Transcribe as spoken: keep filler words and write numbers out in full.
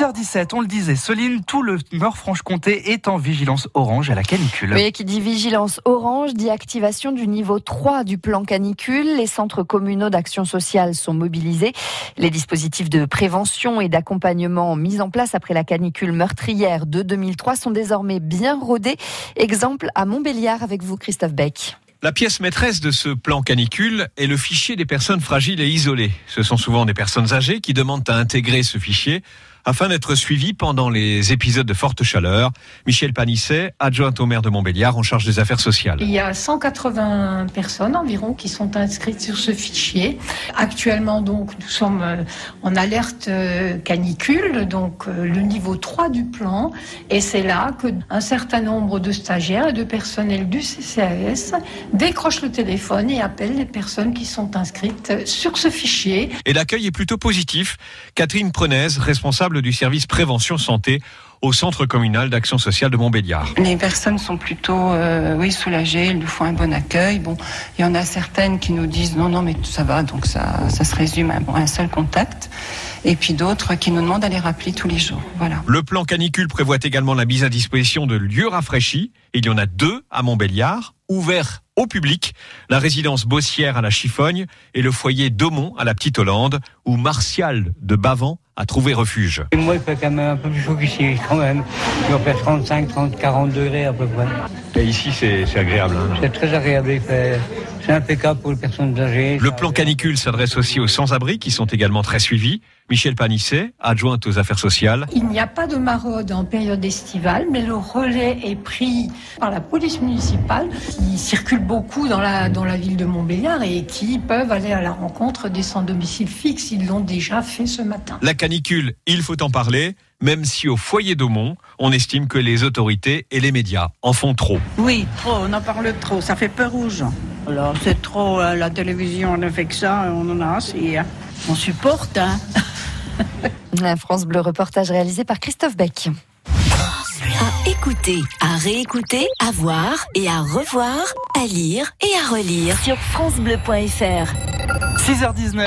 heures dix-sept, on le disait, Soline, tout le Nord-Franche-Comté est en vigilance orange à la canicule. Oui, qui dit vigilance orange, dit activation du niveau trois du plan canicule. Les centres communaux d'action sociale sont mobilisés. Les dispositifs de prévention et d'accompagnement mis en place après la canicule meurtrière de deux mille trois sont désormais bien rodés. Exemple à Montbéliard avec vous, Christophe Beck. La pièce maîtresse de ce plan canicule est le fichier des personnes fragiles et isolées. Ce sont souvent des personnes âgées qui demandent à intégrer ce fichier afin d'être suivies pendant les épisodes de forte chaleur. Michel Panisset, adjointe au maire de Montbéliard en charge des affaires sociales. Il y a cent quatre-vingts personnes environ qui sont inscrites sur ce fichier. Actuellement, donc, nous sommes en alerte canicule, donc le niveau trois du plan. Et c'est là qu'un certain nombre de stagiaires et de personnels du C C A S décrochent le téléphone et appellent les personnes qui sont inscrites sur ce fichier. Et l'accueil est plutôt positif. Catherine Prenaise, responsable du service prévention santé au centre communal d'action sociale de Montbéliard. Les personnes sont plutôt euh, oui, soulagées, elles nous font un bon accueil. Bon, il y en a certaines qui nous disent non, non, mais ça va, donc ça, ça se résume à un seul contact. Et puis d'autres qui nous demandent à les rappeler tous les jours. Voilà. Le plan canicule prévoit également la mise à disposition de lieux rafraîchis. Il y en a deux à Montbéliard, ouverts au public, la résidence Bossière à la Chiffogne et le foyer d'Aumont à la Petite Hollande, où Martial de Bavant a trouvé refuge. Et moi, il fait quand même un peu plus chaud qu'ici, quand même. Il va faire trente-cinq, trente, quarante degrés à peu près. Et ici, c'est, c'est agréable. Hein. C'est très agréable, il fait... c'est impeccable pour les personnes âgées. Le plan canicule s'adresse aussi aux sans-abri, qui sont également très suivis. Michel Panisset, adjointe aux affaires sociales. Il n'y a pas de maraude en période estivale, mais le relais est pris par la police municipale. Ils circulent beaucoup dans la, dans la ville de Montbéliard et qui peuvent aller à la rencontre des sans-domicile fixe. Ils l'ont déjà fait ce matin. La canicule, il faut en parler, même si au foyer d'Aumont, on estime que les autorités et les médias en font trop. Oui, trop, on en parle trop, ça fait peur aux gens. Alors c'est trop, euh, la télévision, on a fait que ça, on en a assez. Hein. On supporte, hein. La France Bleu, reportage réalisé par Christophe Beck. À écouter, à réécouter, à voir et à revoir, à lire et à relire sur francebleu point fr. six heures dix-neuf.